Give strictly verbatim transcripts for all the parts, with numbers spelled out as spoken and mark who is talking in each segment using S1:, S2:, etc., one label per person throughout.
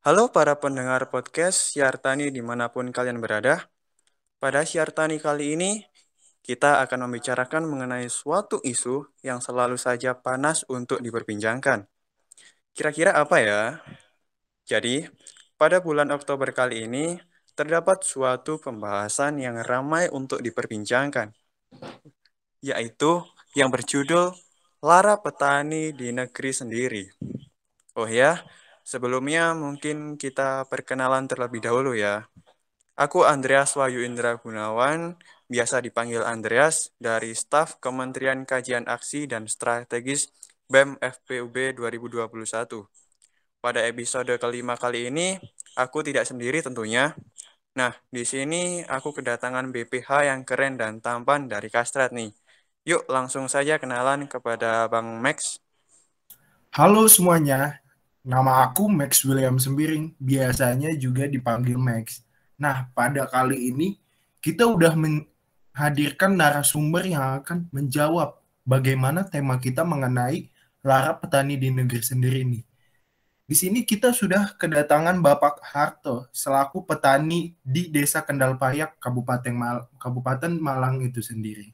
S1: Halo para pendengar podcast Siar Tani dimanapun kalian berada. Pada Siar Tani kali ini, kita akan membicarakan mengenai suatu isu yang selalu saja panas untuk diperbincangkan. Kira-kira apa ya? Jadi, pada bulan Oktober kali ini, terdapat suatu pembahasan yang ramai untuk diperbincangkan, yaitu yang berjudul Lara Petani di Negeri Sendiri. Oh ya, sebelumnya mungkin kita perkenalan terlebih dahulu ya. Aku Andreas Wahyu Indra Gunawan, biasa dipanggil Andreas, dari staf Kementerian Kajian Aksi dan Strategis B E M F P U B dua ribu dua puluh satu. Pada episode kelima kali ini, aku tidak sendiri tentunya. Nah, di sini aku kedatangan B P H yang keren dan tampan dari Kastrat nih. Yuk langsung saja kenalan kepada Bang Max.
S2: Halo semuanya, nama aku Max William Sembiring, biasanya juga dipanggil Max. Nah, pada kali ini kita udah menghadirkan narasumber yang akan menjawab bagaimana tema kita mengenai lara petani di negeri sendiri ini. Di sini kita sudah kedatangan Bapak Harto selaku petani di Desa Kendal Payak, Kabupaten Mal Kabupaten Malang itu sendiri.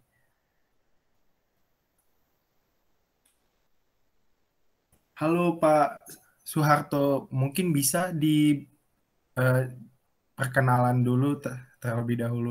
S2: Halo Pak Soeharto, mungkin bisa di eh, perkenalan dulu ter- terlebih dahulu.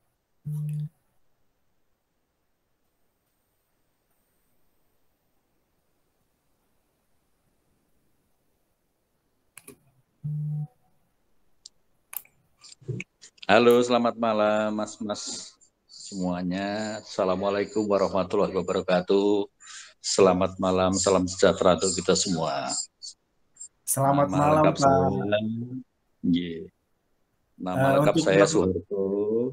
S3: Halo, selamat malam Mas-Mas semuanya. Assalamualaikum warahmatullahi wabarakatuh. Selamat malam, salam sejahtera untuk kita semua.
S2: Selamat
S3: Nama
S2: malam
S3: lengkap
S2: Pak.
S3: saya, yeah. Nama
S2: Eh,
S3: lengkap
S2: untuk
S3: saya
S2: Bapak,
S3: Soeharto.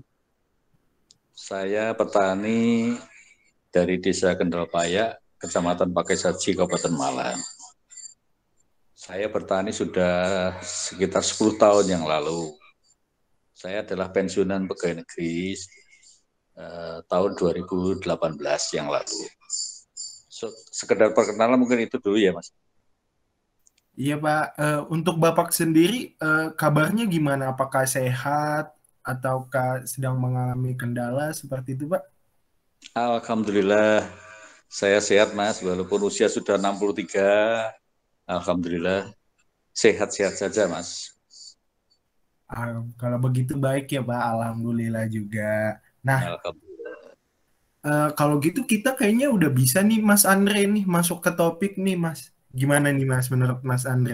S3: Saya petani dari Desa Kendal Payak, Kecamatan Pakai Saji, Kabupaten Malang. Saya bertani sudah sekitar sepuluh tahun yang lalu. Saya adalah pensiunan pegawai negeri eh, tahun dua ribu delapan belas yang lalu. So, sekedar perkenalan mungkin itu dulu ya Mas.
S2: iya Pak. Eh, untuk Bapak sendiri, eh, kabarnya gimana? Apakah sehat ataukah sedang mengalami kendala seperti itu Pak?
S3: Alhamdulillah saya sehat Mas, walaupun usia sudah enam puluh tiga. Alhamdulillah sehat-sehat saja Mas.
S2: Ah, kalau begitu baik ya Pak, Alhamdulillah juga. Nah,
S3: Alhamdulillah.
S2: eh, kalau gitu kita kayaknya udah bisa nih Mas Andre nih masuk ke topik nih Mas. Gimana nih Mas menurut Mas Andre?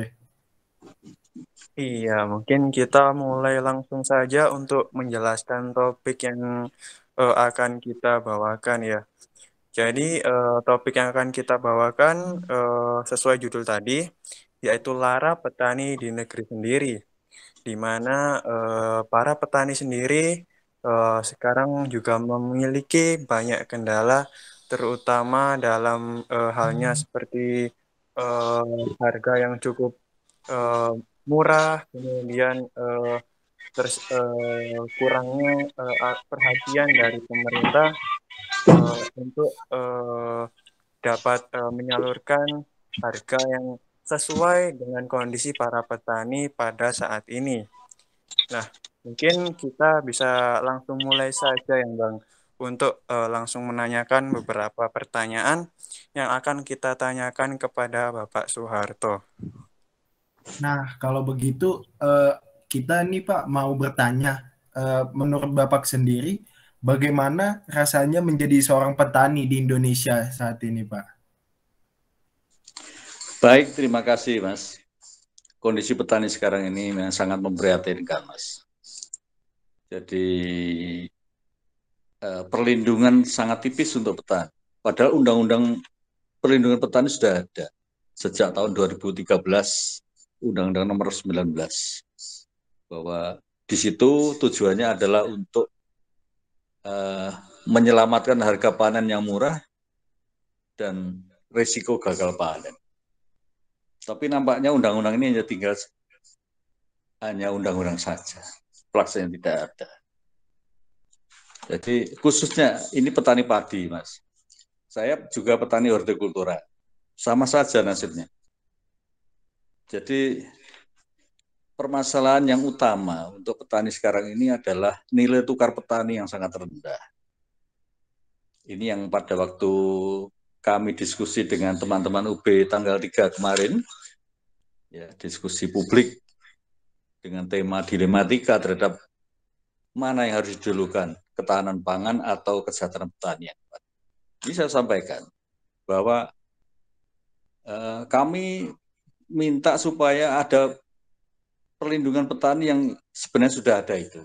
S1: Iya, mungkin kita mulai langsung saja untuk menjelaskan topik yang eh, akan kita bawakan ya. Jadi eh, topik yang akan kita bawakan eh, sesuai judul tadi, yaitu Lara Petani di Negeri Sendiri, di mana eh, para petani sendiri eh, sekarang juga memiliki banyak kendala, terutama dalam eh, halnya seperti eh, harga yang cukup eh, murah, kemudian eh, terus eh, kurangnya eh, a- perhatian dari pemerintah eh, untuk eh, dapat eh, menyalurkan harga yang sesuai dengan kondisi para petani pada saat ini. Nah, mungkin kita bisa langsung mulai saja ya, Bang, untuk eh, langsung menanyakan beberapa pertanyaan yang akan kita tanyakan kepada Bapak Soeharto.
S2: Nah, kalau begitu eh, kita nih Pak mau bertanya, eh, menurut Bapak sendiri, bagaimana rasanya menjadi seorang petani di Indonesia saat ini, Pak?
S3: Baik, terima kasih Mas. Kondisi petani sekarang ini memang sangat memprihatinkan Mas. Jadi eh, perlindungan sangat tipis untuk petani. Padahal undang-undang perlindungan petani sudah ada sejak tahun dua ribu tiga belas, Undang-Undang Nomor sembilan belas, bahwa di situ tujuannya adalah untuk uh, menyelamatkan harga panen yang murah dan risiko gagal panen. Tapi nampaknya undang-undang ini hanya tinggal hanya undang-undang saja, pelaksanaan tidak ada. Jadi khususnya ini petani padi, Mas. Saya juga petani hortikultura, sama saja nasibnya. Jadi permasalahan yang utama untuk petani sekarang ini adalah nilai tukar petani yang sangat rendah. Ini yang pada waktu kami diskusi dengan teman-teman U B tanggal tiga kemarin, ya, diskusi publik dengan tema dilematika terhadap mana yang harus didahulukan, ketahanan pangan atau kesejahteraan petani. Ini saya sampaikan bahwa eh, kami minta supaya ada perlindungan petani yang sebenarnya sudah ada itu.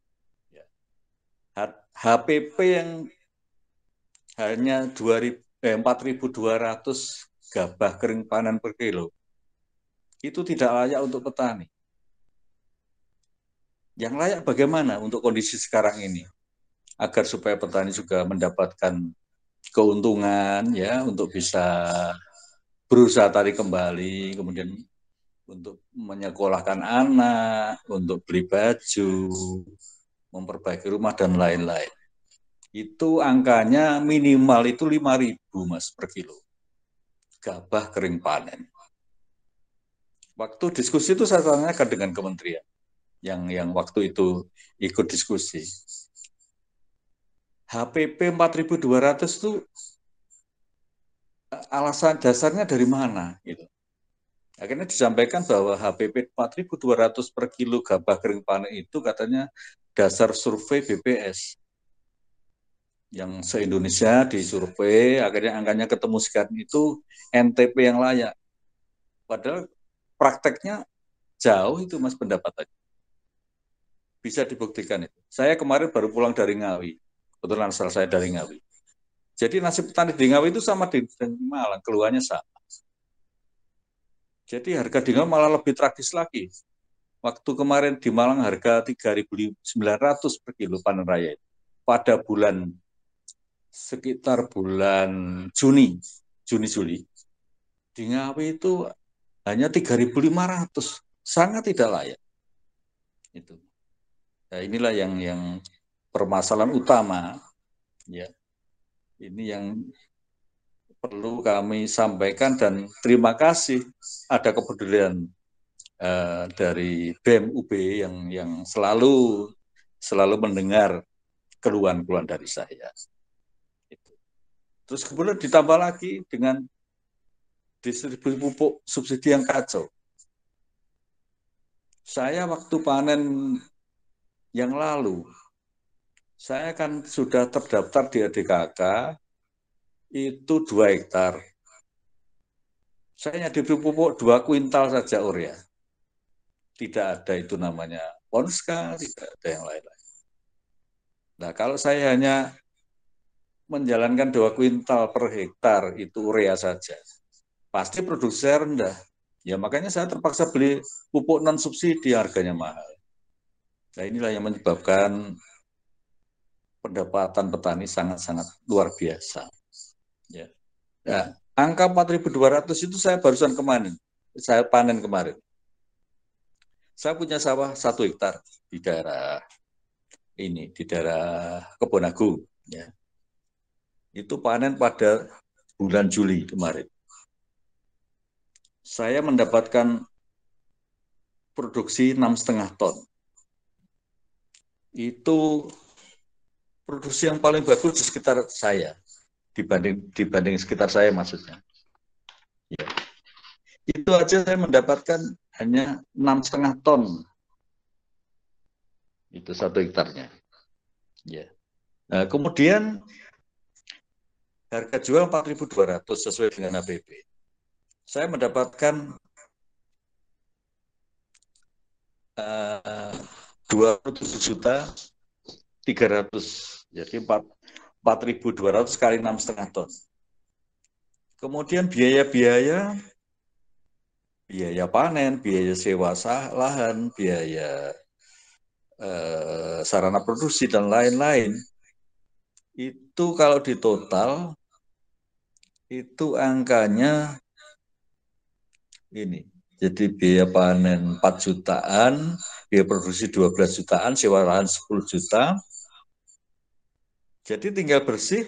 S3: H P P yang hanya empat ribu dua ratus gabah kering panen per kilo, itu tidak layak untuk petani. Yang layak bagaimana untuk kondisi sekarang ini? Agar supaya petani juga mendapatkan keuntungan, ya, untuk bisa berusaha tarik kembali, kemudian untuk menyekolahkan anak, untuk beli baju, memperbaiki rumah, dan lain-lain. Itu angkanya minimal itu lima ribu, Mas, per kilo. Gabah kering panen. Waktu diskusi itu saya tanyakan dengan kementerian yang yang waktu itu ikut diskusi. H P P empat ribu dua ratus itu alasan dasarnya dari mana? Gitu. Akhirnya disampaikan bahwa H P P empat ribu dua ratus per kilo gabah kering panen itu katanya dasar survei B P S. Yang se-Indonesia disurvei, akhirnya angkanya ketemu sekian, itu N T P yang layak. Padahal prakteknya jauh itu, Mas, pendapatannya. Bisa dibuktikan itu. Saya kemarin baru pulang dari Ngawi. Kebetulan asal saya dari Ngawi. Jadi nasib petani di Ngawi itu sama di Malang, keluhannya sama. Jadi harga di Ngawi malah lebih tragis lagi. Waktu kemarin di Malang harga tiga ribu sembilan ratus per kilo panen raya itu. Pada bulan sekitar bulan Juni, Juni-Juli, di Ngawi itu hanya tiga ribu lima ratus, sangat tidak layak. Itu. Nah, inilah yang yang permasalahan utama, ya. Ini yang perlu kami sampaikan, dan terima kasih ada kepedulian eh, dari B E M U B yang yang selalu selalu mendengar keluhan-keluhan dari saya. Terus kemudian ditambah lagi dengan distribusi pupuk subsidi yang kacau. Saya waktu panen yang lalu, saya kan sudah terdaftar di A D K K, itu dua hektar. Saya diberi pupuk dua kuintal saja urea. Tidak ada itu namanya Ponska, tidak ada yang lain-lain. Nah, kalau saya hanya menjalankan dua kuintal per hektar itu urea saja, pasti produksi saya rendah. Ya makanya saya terpaksa beli pupuk non subsidi, harganya mahal. Nah, inilah yang menyebabkan pendapatan petani sangat-sangat luar biasa. Ya. Nah, angka empat ribu dua ratus itu saya barusan kemarin, saya panen kemarin. Saya punya sawah satu hektar di daerah ini, di daerah Kebon Agung. Ya. Itu panen pada bulan Juli kemarin. Saya mendapatkan produksi enam koma lima ton. Itu produksi yang paling bagus di sekitar saya, dibanding dibanding sekitar saya maksudnya. Ya. Itu aja saya mendapatkan hanya enam koma lima ton. Itu satu hektarnya. Ya. Nah, kemudian harga jual empat ribu dua ratus sesuai dengan A P P. Saya mendapatkan uh, dua puluh tujuh juta tiga ratus, jadi empat ribu dua ratus kali enam koma lima ton. Kemudian biaya-biaya, biaya panen, biaya sewa lahan, biaya eh, sarana produksi, dan lain-lain, itu kalau ditotal, itu angkanya ini. Jadi biaya panen empat jutaan, biaya produksi dua belas jutaan, sewa lahan sepuluh juta. Jadi tinggal bersih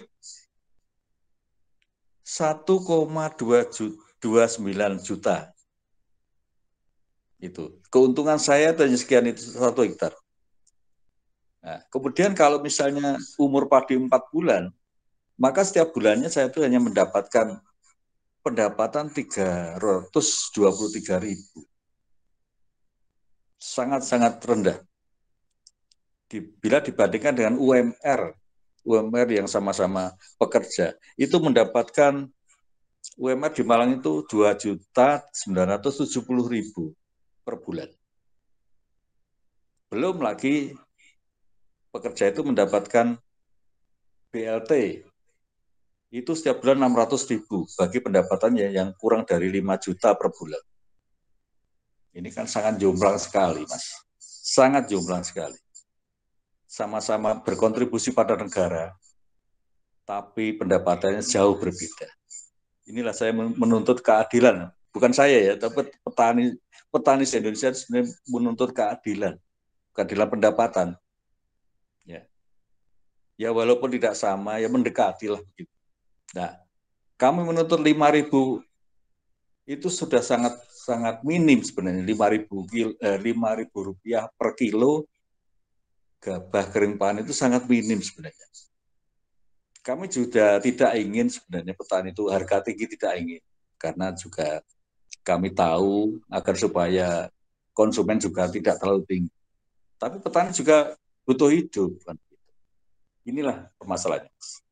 S3: satu koma dua sembilan juta. Itu keuntungan saya itu hanya sekian, itu satu hektar. Nah, kemudian kalau misalnya umur padi empat bulan, maka setiap bulannya saya itu hanya mendapatkan pendapatan tiga ratus dua puluh tiga ribu. Sangat-sangat rendah. Bila dibandingkan dengan U M R, U M R yang sama-sama pekerja, itu mendapatkan U M R di Malang itu dua juta sembilan ratus tujuh puluh ribu per bulan. Belum lagi pekerja itu mendapatkan B L T, itu setiap bulan enam ratus ribu bagi pendapatannya yang kurang dari lima juta per bulan. Ini kan sangat jomplang sekali, Mas. Sangat jomplang sekali. Sama-sama berkontribusi pada negara, tapi pendapatannya jauh berbeda. Inilah saya menuntut keadilan. Bukan saya ya, tapi petani petani di Indonesia sebenarnya menuntut keadilan, keadilan pendapatan. Ya, ya walaupun tidak sama, ya mendekati lah begitu. Nah, kami menuntut lima ribu itu sudah sangat sangat minim sebenarnya. lima ribu rupiah per kilo gabah kering panen itu sangat minim sebenarnya. Kami juga tidak ingin sebenarnya petani itu harga tinggi, tidak ingin, karena juga kami tahu agar supaya konsumen juga tidak terlalu tinggi. Tapi petani juga butuh hidup. Inilah permasalahannya.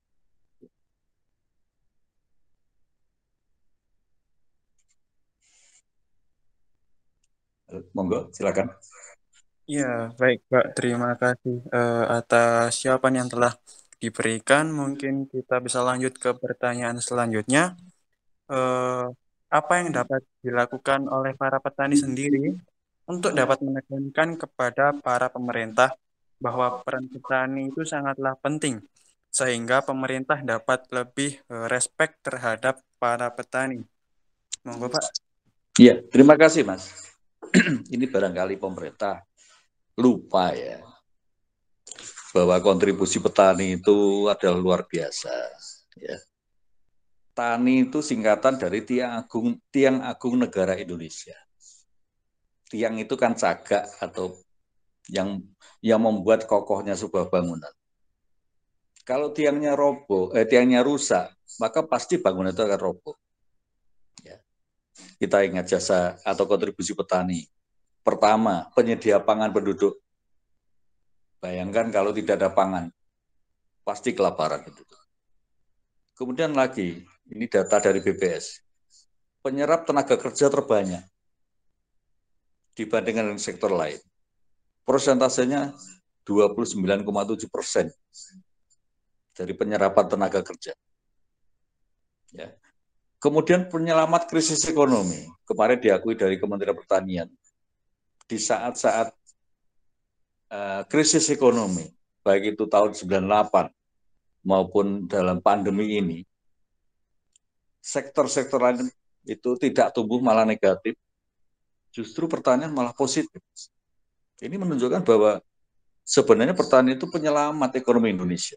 S3: Monggo, silakan.
S1: Ya, baik Pak. Terima kasih uh, atas jawaban yang telah diberikan. Mungkin kita bisa lanjut ke pertanyaan selanjutnya. Uh, apa yang dapat dilakukan oleh para petani sendiri untuk dapat menekankan kepada para pemerintah bahwa peran petani itu sangatlah penting, sehingga pemerintah dapat lebih uh, respect terhadap para petani. Monggo Pak.
S3: Iya, terima kasih Mas. Ini barangkali pemerintah lupa ya bahwa kontribusi petani itu adalah luar biasa. Ya. Tani itu singkatan dari Tiang Agung, Tiang Agung Negara Indonesia. Tiang itu kan cagak atau yang yang membuat kokohnya sebuah bangunan. Kalau tiangnya roboh, eh, tiangnya rusak, maka pasti bangunan itu akan roboh. Ya. Kita ingat jasa atau kontribusi petani. Pertama, penyedia pangan penduduk. Bayangkan kalau tidak ada pangan, pasti kelaparan itu. Kemudian lagi, ini data dari B P S, penyerap tenaga kerja terbanyak dibandingkan dengan sektor lain. Persentasenya dua puluh sembilan koma tujuh persen dari penyerapan tenaga kerja. Ya. Kemudian penyelamat krisis ekonomi, kemarin diakui dari Kementerian Pertanian, di saat-saat uh, krisis ekonomi, baik itu tahun sembilan puluh delapan maupun dalam pandemi ini, sektor-sektor lain itu tidak tumbuh, malah negatif, justru pertanian malah positif. Ini menunjukkan bahwa sebenarnya pertanian itu penyelamat ekonomi Indonesia.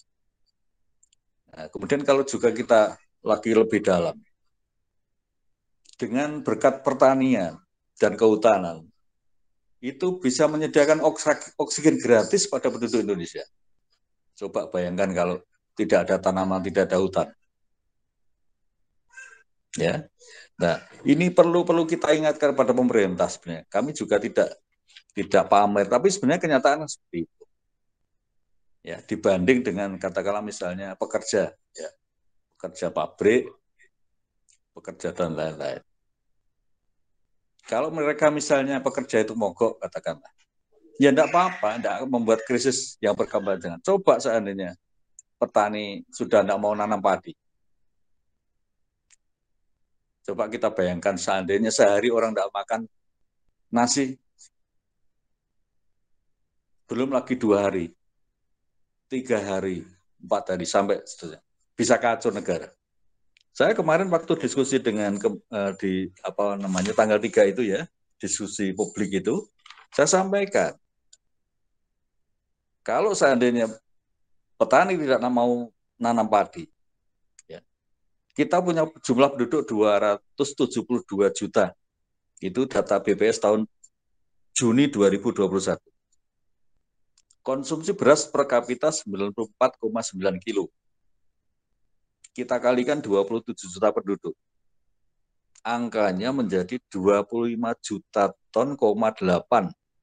S3: Nah, kemudian kalau juga kita lagi lebih dalam, dengan berkat pertanian dan kehutanan, itu bisa menyediakan oksigen gratis pada penduduk Indonesia. Coba bayangkan kalau tidak ada tanaman, tidak ada hutan. Ya, nah ini perlu perlu kita ingatkan pada pemerintah sebenarnya. Kami juga tidak tidak pamer, tapi sebenarnya kenyataan seperti itu. Ya, dibanding dengan katakanlah misalnya pekerja, ya, pekerja pabrik, pekerja dan lain-lain. Kalau mereka misalnya pekerja itu mogok, katakanlah, ya enggak apa-apa, enggak membuat krisis yang berkepanjangan. Coba seandainya petani sudah enggak mau nanam padi. Coba kita bayangkan seandainya sehari orang enggak makan nasi, belum lagi dua hari, tiga hari, empat hari, sampai seterusnya. Bisa kacau negara. Saya kemarin waktu diskusi dengan ke, uh, di apa namanya tanggal tiga itu ya, diskusi publik itu, saya sampaikan kalau seandainya petani tidak mau nanam padi, ya, kita punya jumlah penduduk dua ratus tujuh puluh dua juta Itu data B P S tahun Juni dua ribu dua puluh satu. Konsumsi beras per kapita sembilan puluh empat koma sembilan kilo. Kita kalikan dua puluh tujuh juta penduduk. Angkanya menjadi dua puluh lima juta ton, koma delapan.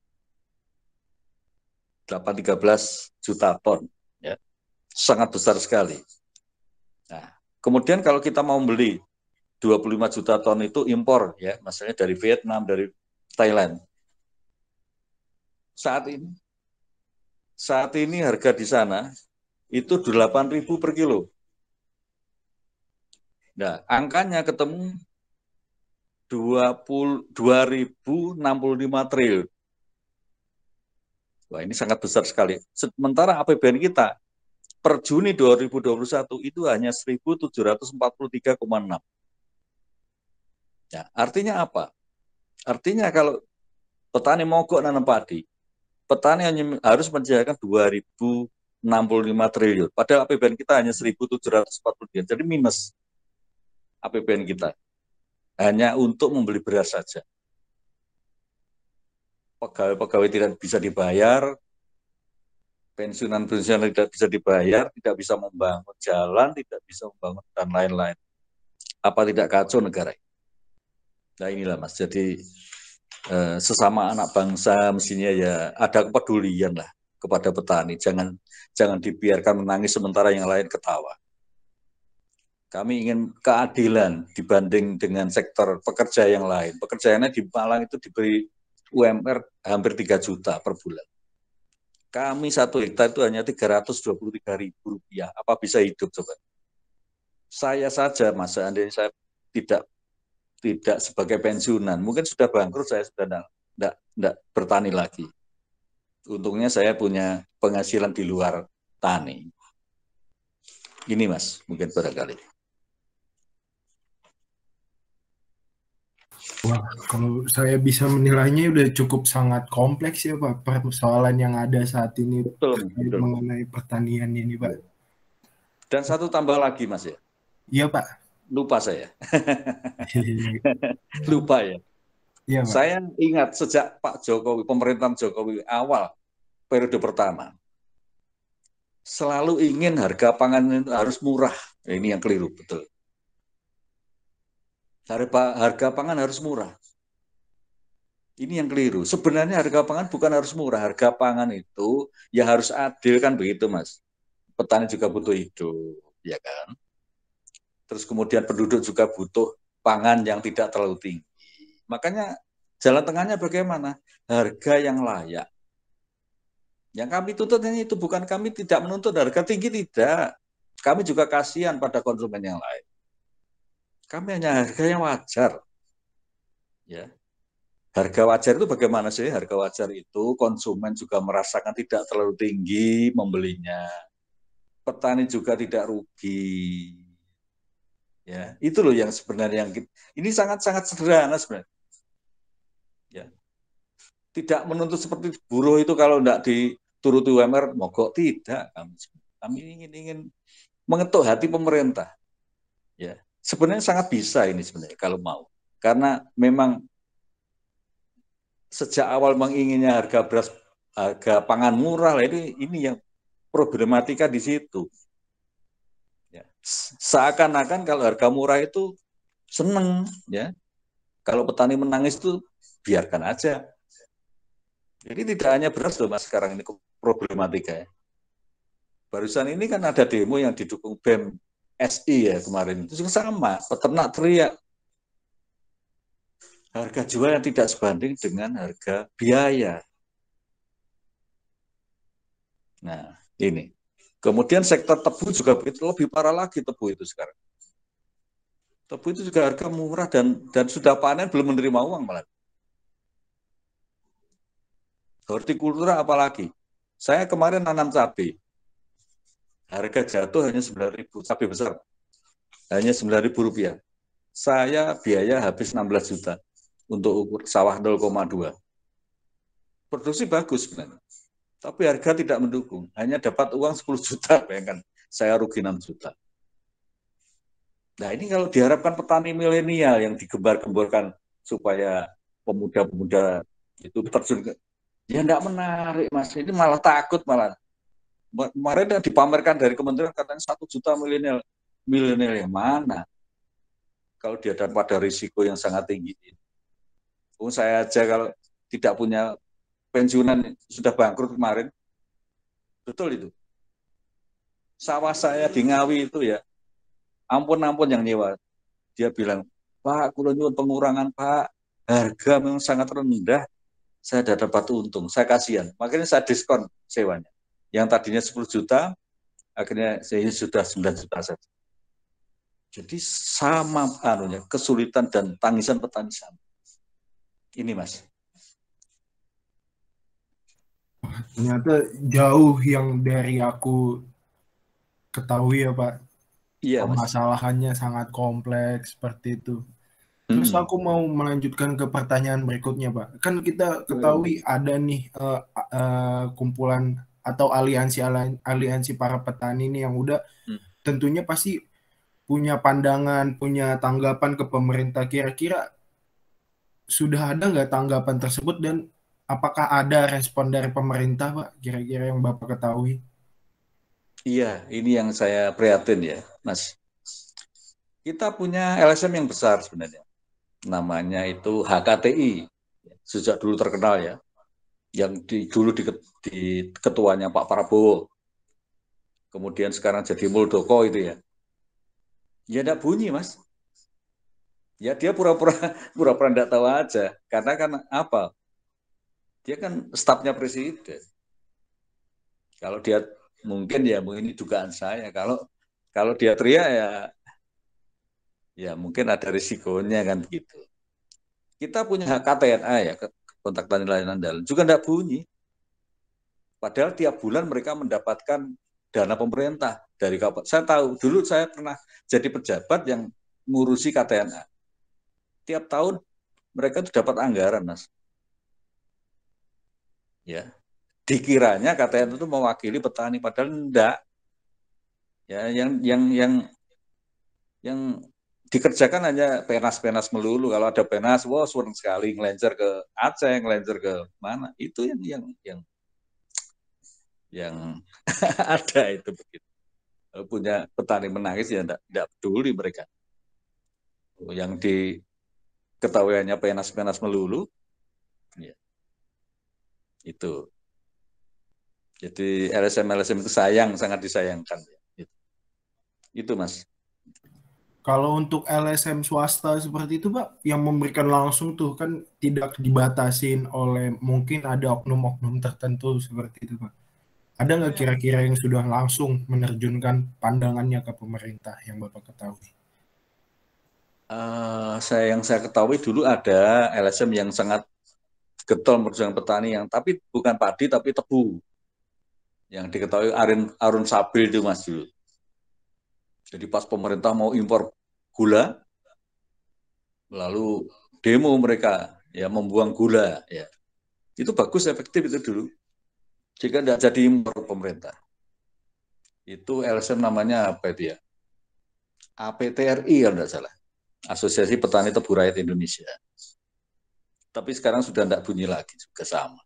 S3: delapan tiga belas juta ton. Ya. Sangat besar sekali. Nah, kemudian kalau kita mau beli dua puluh lima juta ton itu impor, ya, maksudnya dari Vietnam, dari Thailand. Saat ini, saat ini harga di sana itu delapan ribu per kilo. Nah, angkanya ketemu dua ribu enam puluh lima triliun. Wah, ini sangat besar sekali. Sementara A P B N kita per Juni dua ribu dua puluh satu itu hanya seribu tujuh ratus empat puluh tiga koma enam. Ya, artinya apa? Artinya kalau petani mogok nanam padi, petani hanya harus menyediakan dua ribu enam puluh lima triliun. Padahal A P B N kita hanya seribu tujuh ratus empat puluh tiga. Jadi minus A P B N kita. Hanya untuk membeli beras saja. Pegawai-pegawai tidak bisa dibayar, pensiunan-pensiunan tidak bisa dibayar, tidak bisa membangun jalan, tidak bisa membangun dan lain-lain. Apa tidak kacau negara ini? Nah inilah Mas, jadi eh, sesama anak bangsa mestinya ya ada kepedulian lah kepada petani. Jangan jangan dibiarkan menangis sementara yang lain ketawa. Kami ingin keadilan dibanding dengan sektor pekerja yang lain. Pekerjaannya di Malang itu diberi U M R hampir tiga juta per bulan. Kami satu hektar itu hanya tiga ratus dua puluh tiga ribu rupiah. Apa bisa hidup coba? Saya saja, Mas, seandainya saya tidak tidak sebagai pensiunan, mungkin sudah bangkrut, saya sudah tidak, tidak, tidak bertani lagi. Untungnya saya punya penghasilan di luar tani. Ini Mas, mungkin barangkali.
S2: Wah, kalau saya bisa menilainya udah cukup sangat kompleks ya Pak, persoalan yang ada saat ini
S3: Betul, betul.
S2: mengenai pertanian ini Pak.
S3: Dan satu tambah lagi Mas ya.
S2: Iya Pak.
S3: Lupa saya. Lupa ya.
S2: Iya, Pak.
S3: Saya ingat sejak Pak Jokowi, pemerintahan Jokowi awal periode pertama, selalu ingin harga pangan itu harus murah. Ini yang keliru, betul. Harga, harga pangan harus murah. Ini yang keliru. Sebenarnya harga pangan bukan harus murah. Harga pangan itu ya harus adil, kan begitu Mas. Petani juga butuh hidup, ya kan. Terus kemudian penduduk juga butuh pangan yang tidak terlalu tinggi. Makanya jalan tengahnya bagaimana? Harga yang layak. Yang kami tuntut ini itu bukan kami tidak menuntut harga tinggi, tidak. Kami juga kasihan pada konsumen yang lain. Kami hanya harga yang wajar. Ya. Harga wajar itu bagaimana sih? Harga wajar itu konsumen juga merasakan tidak terlalu tinggi membelinya. Petani juga tidak rugi. Ya, itu loh yang sebenarnya yang kita, ini sangat-sangat sederhana sebenarnya. Ya. Tidak menuntut seperti buruh itu kalau tidak dituruti U M R mogok, tidak. Kami, kami ingin ingin mengetuk hati pemerintah. Ya. Sebenarnya sangat bisa ini sebenarnya kalau mau. Karena memang sejak awal menginginnya harga beras, harga pangan murah lah, ini ini yang problematika di situ. Ya. Seakan-akan kalau harga murah itu seneng, ya. Kalau petani menangis itu biarkan aja. Jadi tidak hanya beras loh Mas sekarang ini problematika ya. Barusan ini kan ada demo yang didukung B E M S I ya kemarin, itu juga sama, peternak teriak harga jual yang tidak sebanding dengan harga biaya. Nah ini, kemudian sektor tebu juga begitu, lebih parah lagi tebu itu sekarang. Tebu itu juga harga murah dan dan sudah panen belum menerima uang malah. Hortikultura apalagi. Saya kemarin nanam cabai, harga jatuh hanya sembilan ribu, cabai besar, hanya sembilan ribu rupiah. Saya biaya habis enam belas juta untuk ukur sawah nol koma dua. Produksi bagus sebenarnya, tapi harga tidak mendukung. Hanya dapat uang sepuluh juta, bayangkan. Saya rugi enam juta. Nah ini kalau diharapkan petani milenial yang digembar-gemborkan supaya pemuda-pemuda itu terjun ke, ya enggak menarik Mas, ini malah takut malah. Kemarin yang dipamerkan dari kementerian katanya satu juta milenial, milenial yang mana? Kalau dia dan pada risiko yang sangat tinggi. Oh, saya aja kalau tidak punya pensiunan sudah bangkrut kemarin, betul itu. Sawah saya di Ngawi itu ya, ampun-ampun yang nyewa. Dia bilang, Pak, kula nyuwun pengurangan Pak, harga memang sangat rendah, saya tidak dapat untung, saya kasihan. Makanya saya diskon sewanya. Yang tadinya sepuluh juta, akhirnya saya sudah sembilan juta saja. Jadi sama anunya, kesulitan dan tangisan petani sama. Ini Mas.
S2: Ternyata jauh yang dari aku ketahui ya Pak.
S3: Iya Mas.
S2: Permasalahannya sangat kompleks seperti itu. Terus
S3: Hmm.
S2: aku mau melanjutkan ke pertanyaan berikutnya Pak. Kan kita ketahui ada nih uh, uh, kumpulan atau aliansi aliansi para petani ini yang udah hmm. tentunya pasti punya pandangan, punya tanggapan ke pemerintah. Kira-kira sudah ada nggak tanggapan tersebut dan apakah ada respon dari pemerintah Pak? Kira-kira yang Bapak ketahui?
S3: Iya, ini yang saya prihatin ya Mas. Kita punya L S M yang besar sebenarnya. Namanya itu H K T I. Sejak dulu terkenal ya. Yang di, dulu di, di ketuanya Pak Prabowo. Kemudian sekarang jadi Muldoko itu ya. Ya enggak bunyi Mas. Ya dia pura-pura pura-pura enggak tahu aja. Karena kan apa? Dia kan stafnya presiden. Kalau dia mungkin ya mungkin ini dugaan saya. Kalau kalau dia teriak ya ya mungkin ada risikonya kan begitu. Kita punya H K T N A ya, kontak tani layanan dalam, juga enggak bunyi. Padahal tiap bulan mereka mendapatkan dana pemerintah dari kapan. Saya tahu, dulu saya pernah jadi pejabat yang ngurusi K T N A. Tiap tahun mereka itu dapat anggaran, Mas. Ya. Dikiranya K T N A itu mewakili petani, padahal enggak. Ya, yang yang yang yang dikerjakan hanya penas-penas melulu. Kalau ada penas, wah senang sekali ngelencer ke Aceh, ngelencer ke mana. Itu yang yang yang yang ada itu begitu. Punya petani menangis ya enggak, enggak peduli mereka. Yang diketahuiannya penas-penas melulu, ya. Itu. Jadi L S M-L S M itu sayang, sangat disayangkan. Itu, itu Mas.
S2: Kalau untuk L S M swasta seperti itu Pak, yang memberikan langsung tuh kan tidak dibatasin oleh mungkin ada oknum-oknum tertentu seperti itu Pak. Ada nggak kira-kira yang sudah langsung menerjunkan pandangannya ke pemerintah yang Bapak ketahui?
S3: Uh, saya yang saya ketahui dulu ada L S M yang sangat getol memperjuangkan petani yang tapi bukan padi tapi tebu. Yang diketahui Arun, Arun Sabil itu Mas dulu. Jadi pas pemerintah mau impor gula, lalu demo mereka ya membuang gula ya. Itu bagus, efektif itu dulu. Jika tidak jadi impor pemerintah. Itu L S M namanya apa itu ya? A P T R I kalau tidak salah. Asosiasi Petani Tebu Rakyat Indonesia. Tapi sekarang sudah tidak bunyi lagi, juga sama.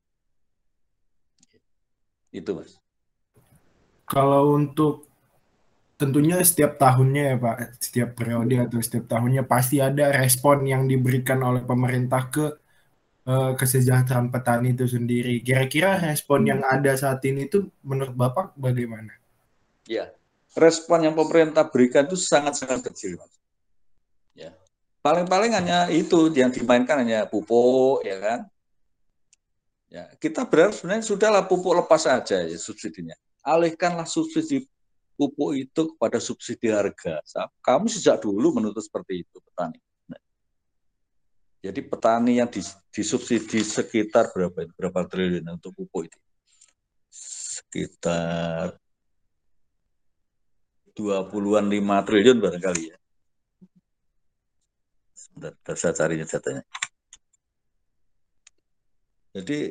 S3: Itu Mas.
S2: Kalau untuk tentunya setiap tahunnya ya Pak, setiap periode atau setiap tahunnya pasti ada respon yang diberikan oleh pemerintah ke uh, kesejahteraan petani itu sendiri. Kira-kira respon hmm. yang ada saat ini itu menurut Bapak bagaimana?
S3: Ya, respon yang pemerintah berikan itu sangat-sangat kecil, Mas. Ya, paling-paling hanya itu yang dimainkan hanya pupuk, ya kan? Ya, kita berharap sebenarnya sudahlah pupuk lepas saja ya subsidinya. Alihkanlah subsidi pupuk itu kepada subsidi harga. Kami sejak dulu menuntut seperti itu petani. Nah, jadi petani yang disubsidi sekitar berapa berapa triliun untuk pupuk itu? Sekitar dua puluhan lima triliun barangkali ya. Sebentar, saya cari datanya. Jadi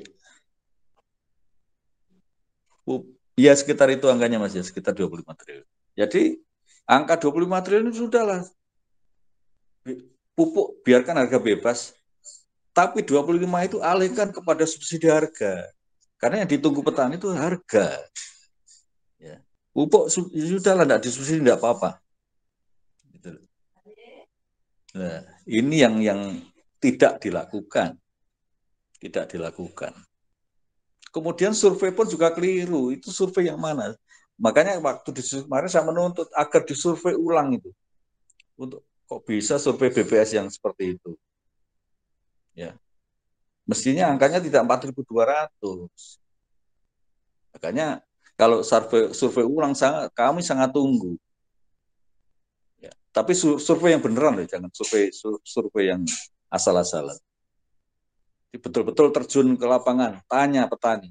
S3: ya sekitar itu angkanya Mas ya, sekitar dua puluh lima triliun. Jadi angka dua puluh lima triliun itu sudahlah. Pupuk biarkan harga bebas. Tapi dua puluh lima itu alihkan kepada subsidi harga. Karena yang ditunggu petani itu harga. Ya. Pupuk sudah lah, tidak disubsidi, tidak apa-apa. Gitu. Nah, ini yang yang tidak dilakukan. Tidak dilakukan. Kemudian survei pun juga keliru. Itu survei yang mana? Makanya waktu di kemarin saya menuntut agar disurvei ulang itu. Untuk kok bisa survei B P S yang seperti itu. Ya. Mestinya angkanya tidak empat ribu dua ratus. Makanya kalau survei survei ulang sangat, kami sangat tunggu. Ya. Tapi survei yang beneran loh, jangan survei survei yang asal-asalan. Betul-betul terjun ke lapangan, tanya petani.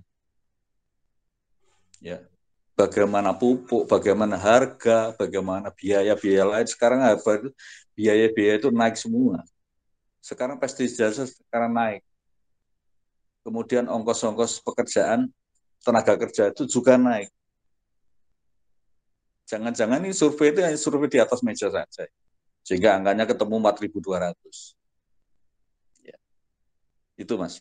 S3: Ya. Bagaimana pupuk, bagaimana harga, bagaimana biaya-biaya lain. Sekarang harga biaya-biaya itu naik semua. Sekarang pestisida sekarang naik. Kemudian ongkos-ongkos pekerjaan tenaga kerja itu juga naik. Jangan-jangan ini survei itu hanya survei di atas meja saja. Sehingga angkanya ketemu empat ribu dua ratus. Ya. Itu, Mas.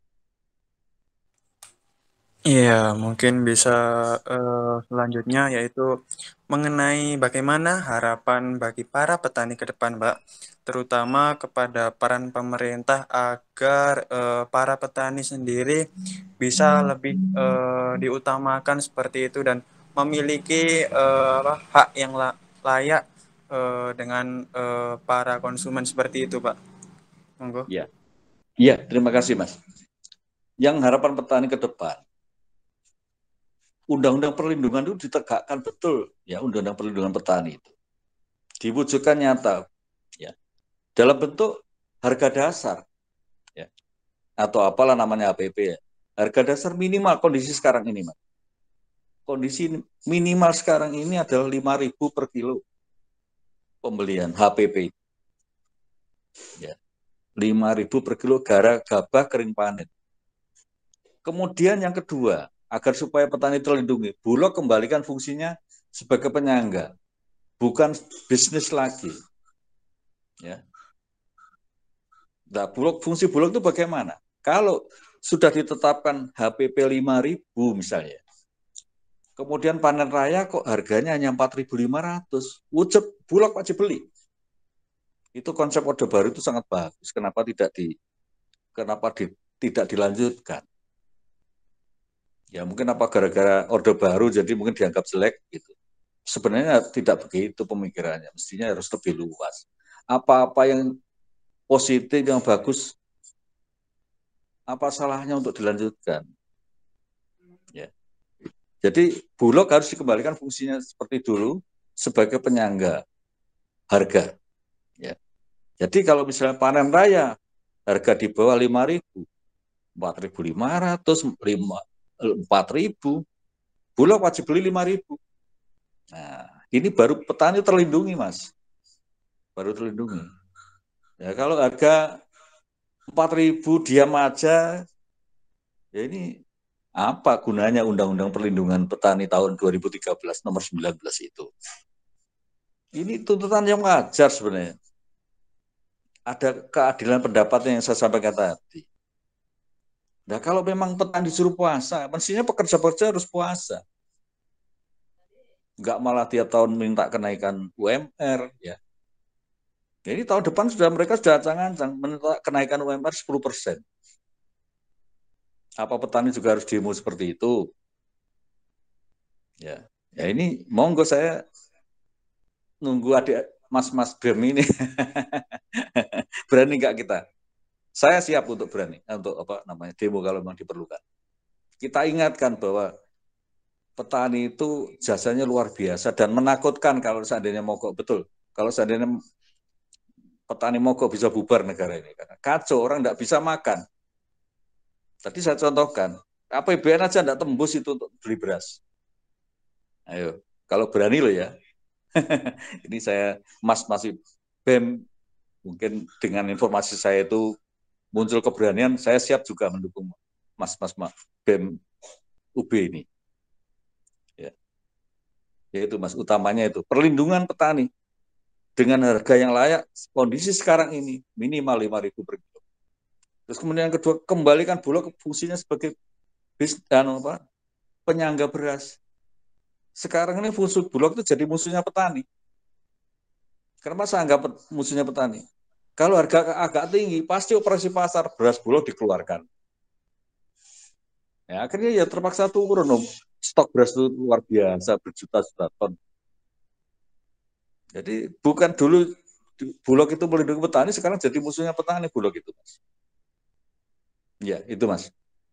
S1: Iya, mungkin bisa uh, selanjutnya yaitu mengenai bagaimana harapan bagi para petani ke depan, Mbak, terutama kepada peran pemerintah agar uh, para petani sendiri bisa lebih uh, diutamakan seperti itu dan memiliki uh, hak yang la layak uh, dengan uh, para konsumen seperti itu, Pak. Monggo.
S3: Ya, iya, terima kasih, Mas. Yang harapan petani ke depan, undang-undang perlindungan itu ditegakkan betul, ya, undang-undang perlindungan petani itu diwujudkan nyata, ya, dalam bentuk harga dasar, ya, atau apalah namanya H P P, ya, harga dasar minimal kondisi sekarang ini, Mas. Kondisi minimal sekarang ini adalah lima ribu per kilo pembelian H P P, ya, lima ribu per kilo gara gabah kering panen. Kemudian yang kedua, agar supaya petani terlindungi, Bulog kembalikan fungsinya sebagai penyangga, bukan bisnis lagi. Ya. Nah, Bulog, fungsi Bulog itu bagaimana? Kalau sudah ditetapkan H P P lima ribu misalnya, kemudian panen raya kok harganya hanya empat ribu lima ratus, wujud Bulog wajib beli. Itu konsep Orde Baru itu sangat bagus. Kenapa tidak di, kenapa di, tidak dilanjutkan? Ya mungkin apa gara-gara Orde Baru jadi mungkin dianggap jelek gitu. Sebenarnya tidak begitu pemikirannya, mestinya harus lebih luas. Apa-apa yang positif, yang bagus, apa salahnya untuk dilanjutkan? Ya. Jadi Bulog harus dikembalikan fungsinya seperti dulu sebagai penyangga harga. Ya. Jadi kalau misalnya panen raya harga di bawah lima ribu, empat ribu lima ratus, empat ribu, Bulog wajib beli lima ribu. Nah, ini baru petani terlindungi, Mas. Baru terlindungi. Ya, kalau harga empat ribu diam aja, ya ini apa gunanya Undang-Undang Perlindungan Petani tahun dua ribu tiga belas nomor sembilan belas itu? Ini tuntutan yang wajar sebenarnya. Ada keadilan pendapatnya yang saya sampaikan tadi. Nah, kalau memang petani disuruh puasa, mestinya pekerja-pekerja harus puasa. Enggak malah tiap tahun minta kenaikan U M R, ya. Jadi tahun depan sudah mereka sudah ancang-ancang minta kenaikan U M R sepuluh persen. Apa petani juga harus demo seperti itu? Ya, ya ini monggo saya nunggu adik mas-mas B E M ini. Berani nggak kita? Saya siap untuk berani, untuk apa namanya demo kalau memang diperlukan. Kita ingatkan bahwa petani itu jasanya luar biasa dan menakutkan kalau seandainya mogok, betul. Kalau seandainya petani mogok bisa bubar negara ini. Karena kacau, orang nggak bisa makan. Tadi saya contohkan, A P B N aja nggak tembus itu untuk beli beras. Ayo, kalau berani loh ya. Ini saya mas masih B E M, mungkin dengan informasi saya itu muncul keberanian, saya siap juga mendukung mas-mas B E M U B ini. Ya. Yaitu mas, utamanya itu perlindungan petani dengan harga yang layak, kondisi sekarang ini minimal lima ribu per kilo. Terus kemudian yang kedua, kembalikan Bulog fungsinya sebagai bis, anu, apa, penyangga beras. Sekarang ini fungsi Bulog itu jadi musuhnya petani. Kenapa saya anggap musuhnya petani? Kalau harga agak tinggi, pasti operasi pasar beras Bulog dikeluarkan. Ya, akhirnya ya terpaksa turun. Om. Stok beras itu luar biasa, berjuta-juta ton. Jadi bukan dulu Bulog itu melindungi petani, sekarang jadi musuhnya petani Bulog itu, Mas. Ya, itu Mas.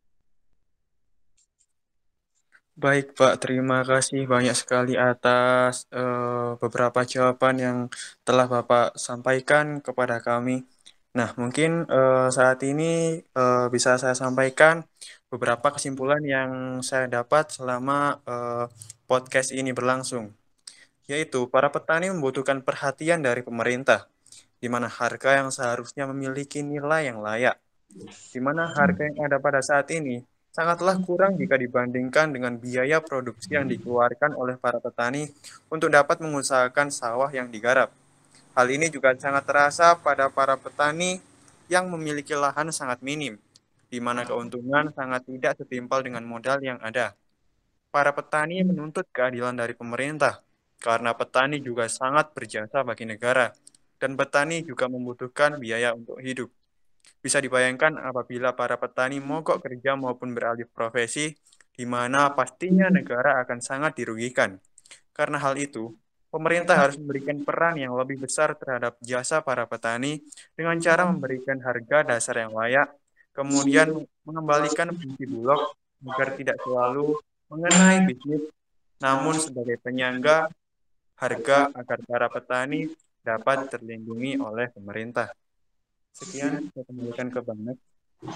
S1: Baik, Pak. Terima kasih banyak sekali atas eh, beberapa jawaban yang telah Bapak sampaikan kepada kami. Nah, mungkin eh, saat ini eh, bisa saya sampaikan beberapa kesimpulan yang saya dapat selama eh, podcast ini berlangsung, yaitu para petani membutuhkan perhatian dari pemerintah, di mana harga yang seharusnya memiliki nilai yang layak, di mana harga yang ada pada saat ini sangatlah kurang jika dibandingkan dengan biaya produksi yang dikeluarkan oleh para petani untuk dapat mengusahakan sawah yang digarap. Hal ini juga sangat terasa pada para petani yang memiliki lahan sangat minim, di mana keuntungan sangat tidak setimpal dengan modal yang ada. Para petani menuntut keadilan dari pemerintah, karena petani juga sangat berjasa bagi negara, dan petani juga membutuhkan biaya untuk hidup. Bisa dibayangkan apabila para petani mogok kerja maupun beralih profesi, di mana pastinya negara akan sangat dirugikan. Karena hal itu, pemerintah harus memberikan peran yang lebih besar terhadap jasa para petani dengan cara memberikan harga dasar yang layak, kemudian mengembalikan fungsi Bulog agar tidak selalu mengenai bisnis, namun sebagai penyangga harga agar para petani dapat terlindungi oleh pemerintah. Sekian, saya kembalikan ke Bang Max.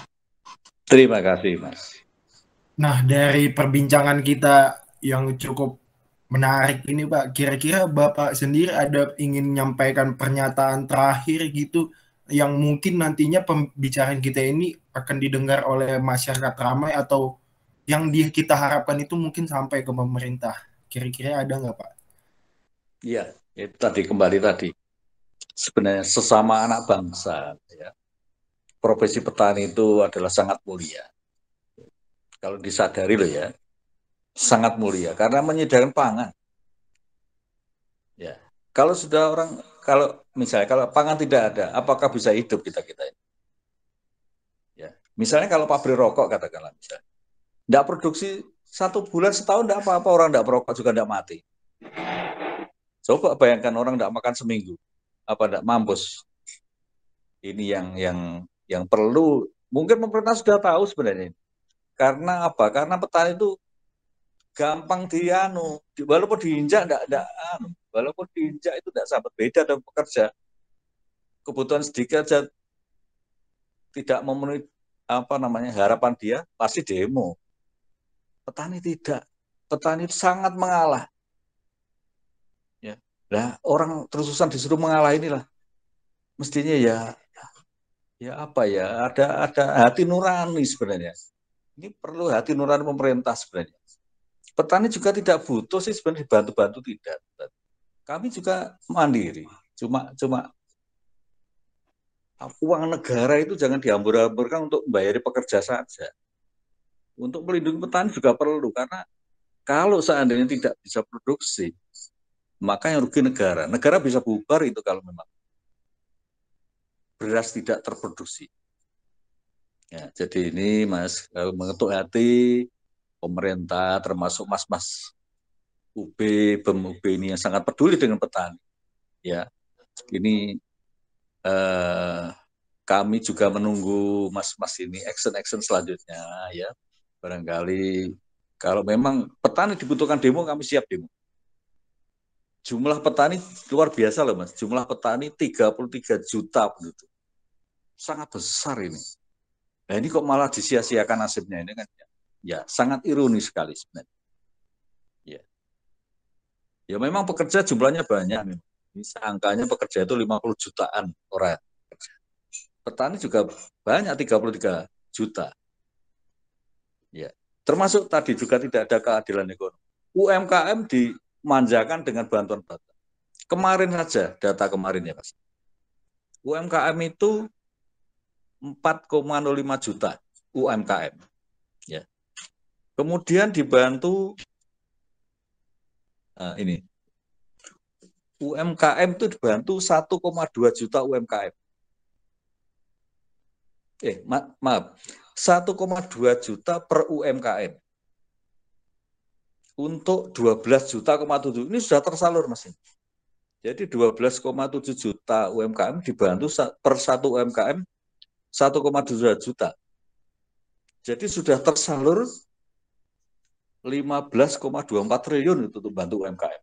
S3: Terima kasih, Mas.
S2: Nah, dari perbincangan kita yang cukup menarik ini, Pak, kira-kira Bapak sendiri ada ingin menyampaikan pernyataan terakhir gitu yang mungkin nantinya pembicaraan kita ini akan didengar oleh masyarakat ramai atau yang di, kita harapkan itu mungkin sampai ke pemerintah. Kira-kira ada nggak, Pak?
S3: Iya, itu tadi kembali tadi. Sebenarnya sesama anak bangsa, ya, profesi petani itu adalah sangat mulia. Kalau disadari loh ya, sangat mulia karena menyediakan pangan. Ya, kalau sudah orang, kalau misalnya kalau pangan tidak ada, apakah bisa hidup kita kita ini? Ya, misalnya kalau pabrik rokok katakanlah, misalnya, tidak produksi satu bulan setahun tidak apa-apa, orang tidak merokok juga tidak mati. Coba bayangkan orang tidak makan seminggu, apa tidak mampus? Ini yang yang yang perlu, mungkin pemerintah sudah tahu sebenarnya. Karena apa? Karena petani itu gampang dianu, walaupun diinjak tidak tidak anu, walaupun diinjak itu tidak sampai beda dengan pekerja. Kebutuhan sedikit saja tidak memenuhi apa namanya harapan dia, pasti demo. Petani tidak, petani sangat mengalah. Ya, lah orang terus-terusan disuruh mengalah inilah, mestinya ya, ya apa ya, ada ada hati nurani sebenarnya. Ini perlu hati nurani pemerintah sebenarnya. Petani juga tidak butuh sih sebenarnya dibantu-bantu tidak. Kami juga mandiri, cuma cuma uang negara itu jangan dihambur-hamburkan untuk membayari pekerja saja. Untuk melindungi petani juga perlu, karena kalau seandainya tidak bisa produksi, maka yang rugi negara. Negara bisa bubar itu kalau memang beras tidak terproduksi. Ya, jadi ini Mas, mengetuk hati pemerintah, termasuk mas-mas U B, B E M U B ini yang sangat peduli dengan petani. Ya, ini eh, kami juga menunggu mas-mas ini action-action selanjutnya ya. Barangkali kalau memang petani dibutuhkan demo, kami siap demo. Jumlah petani luar biasa loh Mas. Jumlah petani tiga puluh tiga juta penduduk. Sangat besar ini. Nah ini kok malah disia-siakan nasibnya ini kan ya, ya sangat ironis sekali sebenarnya. Ya. Ya memang pekerja jumlahnya banyak. Ini angkanya pekerja itu lima puluh jutaan orang. Petani juga banyak tiga puluh tiga juta. Ya. Termasuk tadi juga tidak ada keadilan ekonomi. U M K M dimanjakan dengan bantuan-bantuan. Kemarin saja data kemarin ya Mas. U M K M itu empat koma nol lima juta U M K M. Ya. Kemudian dibantu nah ini U M K M itu dibantu satu koma dua juta U M K M. Eh, ma maaf, satu koma dua juta per U M K M. Untuk dua belas juta koma tujuh ini sudah tersalur Mas. Jadi dua belas koma tujuh juta U M K M dibantu per satu U M K M satu koma dua juta. Jadi sudah tersalur lima belas koma dua puluh empat triliun itu untuk bantu U M K M.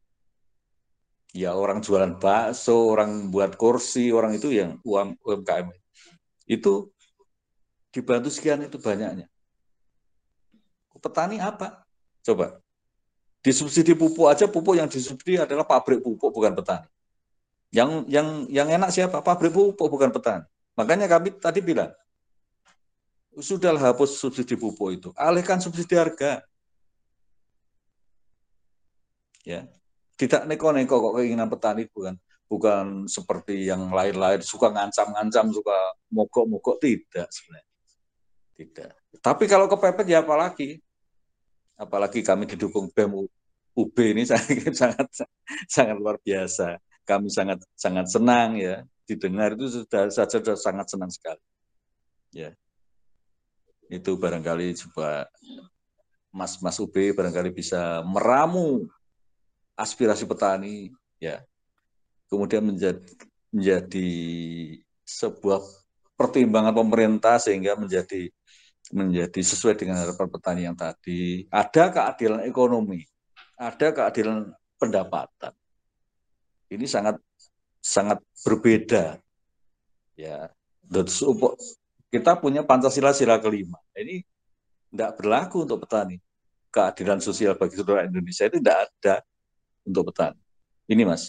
S3: Ya orang jualan bakso, orang buat kursi, orang itu yang uang U M K M. Itu dibantu sekian itu banyaknya. Petani apa? Coba. Disubsidi pupuk aja, pupuk yang disubsidi adalah pabrik pupuk, bukan petani. Yang yang yang enak siapa? Pabrik pupuk, bukan petani. Makanya kami tadi bilang, sudahlah hapus subsidi pupuk itu, alihkan subsidi harga. Ya, tidak neko-neko kok keinginan petani, bukan bukan seperti yang lain-lain suka ngancam-ngancam, suka mogok-mogok, tidak sebenarnya. Tidak. Tapi kalau kepepet ya apalagi. Apalagi kami didukung B E M U B ini sangat sangat sangat luar biasa. Kami sangat sangat senang ya, didengar itu sudah saja sudah sangat senang sekali. Ya. Itu barangkali coba Mas Mas U B barangkali bisa meramu aspirasi petani ya. Kemudian menjadi menjadi sebuah pertimbangan pemerintah sehingga menjadi menjadi sesuai dengan harapan petani yang tadi. Ada keadilan ekonomi, ada keadilan pendapatan. Ini sangat sangat berbeda. Ya, kita punya Pancasila sila kelima. Ini tidak berlaku untuk petani. Keadilan sosial bagi seluruh Indonesia itu tidak ada untuk petani. Ini Mas.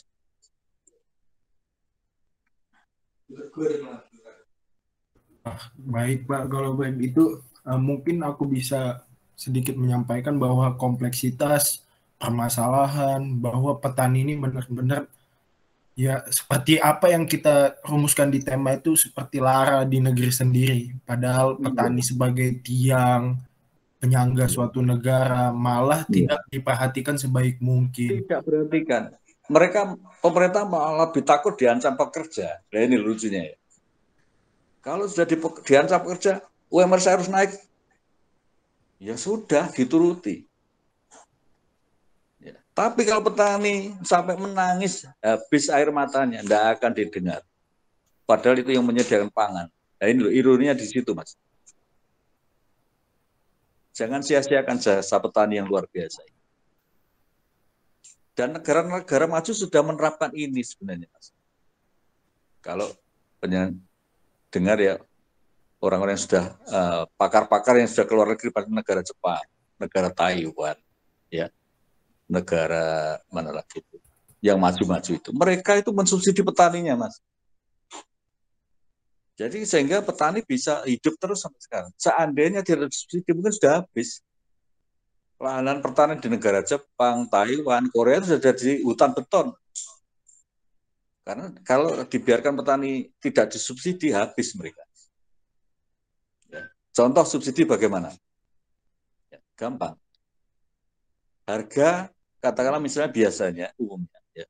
S2: Ah, baik Pak, kalau begitu uh, mungkin aku bisa sedikit menyampaikan bahwa kompleksitas permasalahan bahwa petani ini benar-benar ya seperti apa yang kita rumuskan di tema itu seperti lara di negeri sendiri. Padahal petani
S3: Iya.
S2: sebagai tiang penyangga
S3: Iya.
S2: suatu negara malah
S3: Iya.
S2: tidak diperhatikan sebaik mungkin.
S3: Tidak perhatikan. Mereka pemerintah malah lebih takut diancam pekerja. Nah, ini lucunya ya. Kalau sudah di, diancam pekerja, U M R saya harus naik. Ya sudah, dituruti. Ya. Tapi kalau petani sampai menangis, habis air matanya, tidak akan didengar. Padahal itu yang menyediakan pangan. Nah ini loh, ironinya di situ Mas. Jangan sia-siakan jasa petani yang luar biasa. Dan negara-negara maju sudah menerapkan ini sebenarnya Mas. Kalau penyanyi dengar ya orang-orang yang sudah pakar-pakar uh, yang sudah keluar negeri pada negara Jepang, negara Taiwan, ya, negara mana lagi itu, yang maju-maju itu, mereka itu mensubsidi petaninya Mas. Jadi sehingga petani bisa hidup terus sampai sekarang. Seandainya tidak subsidi mungkin sudah habis. Lahan pertanian di negara Jepang, Taiwan, Korea itu sudah jadi hutan beton. Karena kalau dibiarkan petani tidak disubsidi habis mereka. Ya. Contoh subsidi bagaimana? Ya, gampang. Harga katakanlah misalnya biasanya umumnya. Ya.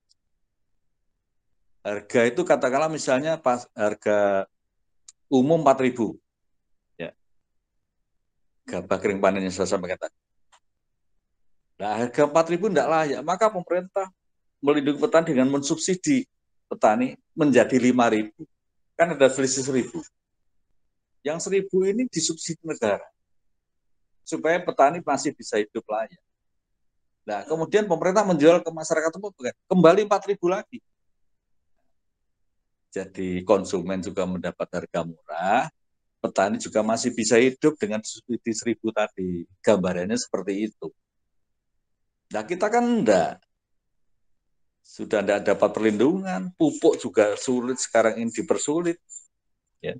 S3: Harga itu katakanlah misalnya pas harga umum empat ribu. Ya. Gabah kering panen yang saya sampaikan tadi. Nah, harga empat ribu tidak layak, maka pemerintah melindungi petani dengan mensubsidi petani menjadi lima ribu. Kan ada selisih seribu. Yang seribu ini disubsidi negara. Supaya petani masih bisa hidup layak. Nah, kemudian pemerintah menjual ke masyarakat umum kembali empat ribu lagi. Jadi konsumen juga mendapat harga murah, petani juga masih bisa hidup dengan subsidi seribu tadi. Gambarannya seperti itu. Nah, kita kan enggak. Sudah tidak dapat perlindungan, pupuk juga sulit sekarang ini dipersulit. Ya.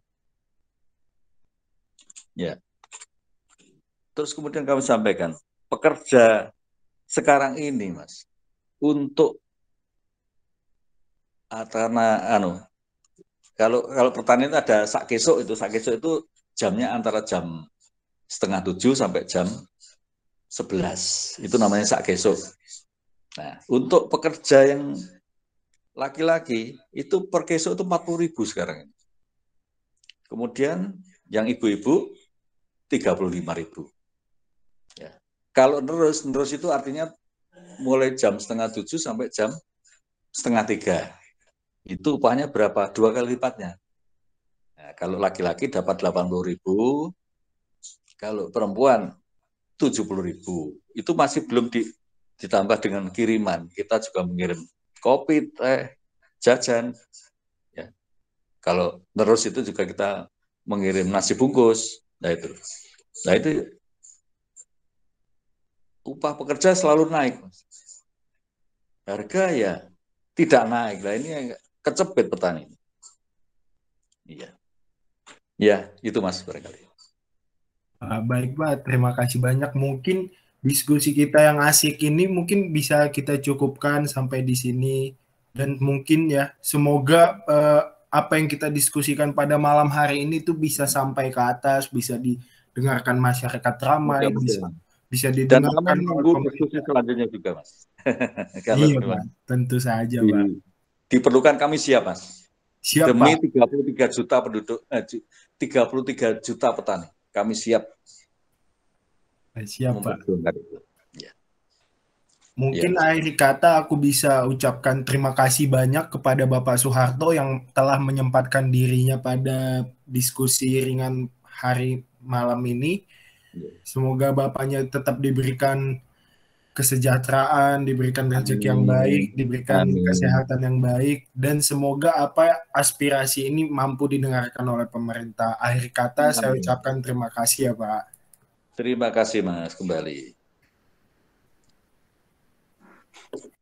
S3: Ya. Terus kemudian kami sampaikan, pekerja sekarang ini, Mas, untuk karena anu Kalau kalau pertanian itu ada sak kesuk itu, sak kesuk itu jamnya antara jam setengah tujuh sampai jam sebelas. Itu namanya sak kesuk. Nah, untuk pekerja yang laki-laki itu per kesuk itu empat puluh ribu sekarang. Kemudian yang ibu-ibu tiga puluh lima ribu. Ya. Kalau terus, terus itu artinya mulai jam setengah tujuh sampai jam setengah tiga. Itu upahnya berapa? Dua kali lipatnya. Nah, kalau laki-laki dapat delapan puluh ribu, kalau perempuan tujuh puluh ribu. Itu masih belum di, ditambah dengan kiriman. Kita juga mengirim kopi, teh, jajan. Ya. Kalau terus itu juga kita mengirim nasi bungkus. Nah itu, nah itu upah pekerja selalu naik. Harga ya tidak naik. Nah ini kecepet petani. Iya. Ya, itu Mas barangkali.
S2: Ah, baik Pak, terima kasih banyak. Mungkin diskusi kita yang asik ini mungkin bisa kita cukupkan sampai di sini. Dan mungkin ya, semoga eh, apa yang kita diskusikan pada malam hari ini tuh bisa sampai ke atas, bisa didengarkan masyarakat ramai, bisa bisa
S3: Dan kami
S2: didengarkan oleh
S3: menunggu diskusi
S2: pemerintah.
S3: selanjutnya juga Mas. Kalau
S2: Iya
S3: memang
S2: Pak, tentu saja
S3: di,
S2: Pak.
S3: diperlukan kami siap Mas.
S2: Siap
S3: Demi
S2: Pak.
S3: tiga puluh tiga juta penduduk, eh, tiga puluh tiga juta petani, kami siap.
S2: Siap Pak.
S3: Itu. Ya.
S2: Mungkin
S3: ya.
S2: akhir kata aku bisa ucapkan terima kasih banyak kepada Bapak Soeharto yang telah menyempatkan dirinya pada diskusi ringan hari malam ini. Ya. Semoga Bapaknya tetap diberikan kesejahteraan, diberikan rezeki yang baik, diberikan Amin. Kesehatan yang baik, dan semoga apa aspirasi ini mampu didengarkan oleh pemerintah. Akhir kata Amin. Saya ucapkan terima kasih ya Pak.
S3: Terima kasih Mas kembali.